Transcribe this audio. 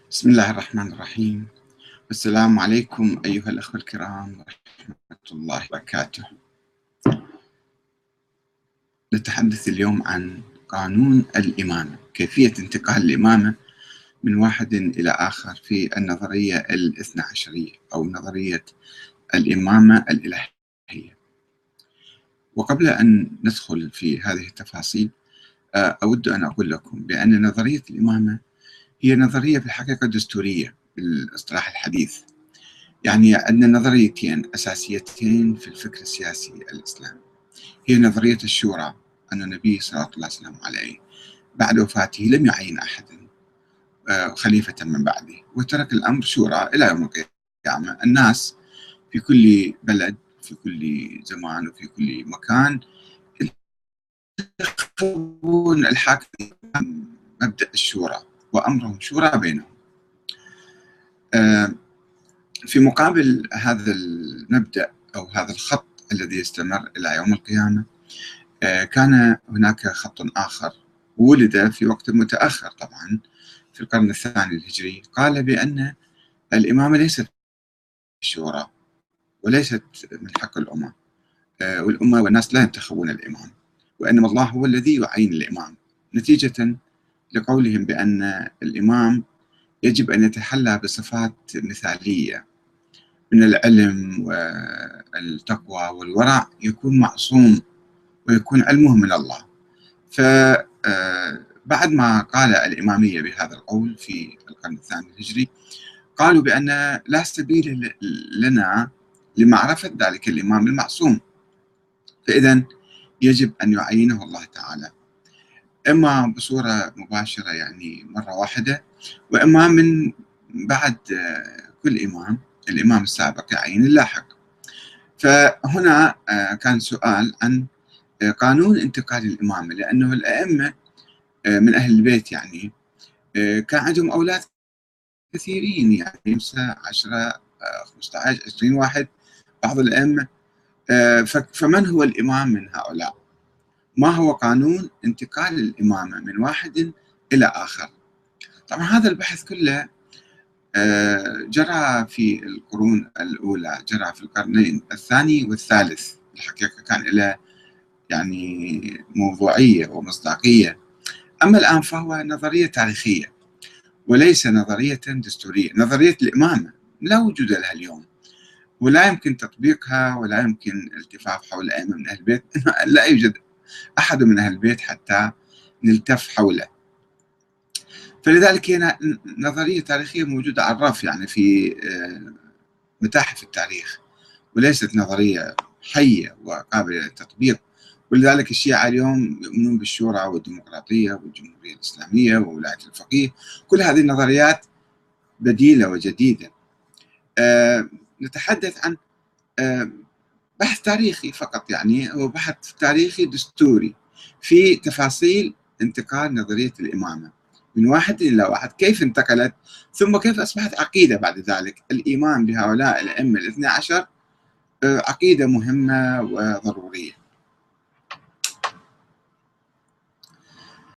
بسم الله الرحمن الرحيم. والسلام عليكم أيها الأخوة الكرام ورحمة الله وبركاته. نتحدث اليوم عن قانون الإمامة، كيفية انتقال الإمامة من واحد إلى آخر في النظرية الاثنى عشرية أو نظرية الإمامة الإلهية. وقبل أن ندخل في هذه التفاصيل أود أن أقول لكم بأن نظرية الإمامة هي نظرية في الحقيقة دستورية بالاصطلاح الحديث. يعني عندنا نظريتين أساسيتين في الفكر السياسي الإسلامي، هي نظرية الشورى، أن النبي صلى الله عليه وسلم بعد وفاته لم يعين أحدا خليفة من بعده، وترك الأمر شورى إلى يوم القيامة. الناس في كل بلد في كل زمان وفي كل مكان ينتخبون الحاكم مبدأ الشورى وأمرهم شورى بينهم. في مقابل هذا المبدأ أو هذا الخط الذي يستمر إلى يوم القيامة، كان هناك خط آخر ولد في وقت متأخر طبعا في القرن الثاني الهجري، قال بأن الإمامة ليست الشورى وليست من حق الأمة، والأمة والناس لا ينتخبون الإمام، وإنما الله هو الذي يعين الإمام، نتيجة لقولهم بأن الإمام يجب أن يتحلى بصفات مثالية من العلم والتقوى والورع، يكون معصوم ويكون علمه من الله. فبعد ما قال الإمامية بهذا القول في القرن الثاني الهجري، قالوا بأن لا سبيل لنا لمعرفة ذلك الإمام المعصوم، فإذا يجب أن يعينه الله تعالى، إما بصورة مباشرة يعني مرة واحدة، وإما من بعد كل إمام الإمام السابق يعين اللاحق. فهنا كان سؤال عن قانون انتقال الإمامة، لأنه الأئمة من أهل البيت يعني كان عندهم أولاد كثيرين، يعني 10 15 20 واحد بعض الأئمة، فمن هو الإمام من هؤلاء؟ ما هو قانون انتقال الإمامة من واحد إلى آخر؟ طبعا هذا البحث كله جرى في القرون الأولى، جرى في القرنين الثاني والثالث، الحقيقة كان له يعني موضوعية ومصداقية. أما الآن فهو نظرية تاريخية وليس نظرية دستورية. نظرية الإمامة لا وجود لها اليوم، ولا يمكن تطبيقها، ولا يمكن الالتفاف حول أئمة من أهل البيت. لا يوجد أحد من أهل البيت حتى نلتف حوله. فلذلك هي نظرية تاريخية موجودة على الرف، يعني في متاحف التاريخ، وليست نظرية حية وقابلة للتطبيق. ولذلك الشيعة اليوم يؤمنون بالشورى والديمقراطية والجمهورية الإسلامية وولاية الفقيه، كل هذه النظريات بديلة وجديدة. نتحدث عن بحث تاريخي فقط، يعني هو بحث تاريخي دستوري في تفاصيل انتقال نظرية الإمامة من واحد إلى واحد، كيف انتقلت، ثم كيف أصبحت عقيدة بعد ذلك. الإيمان بهؤلاء الأئمة الاثنى عشر عقيدة مهمة وضرورية.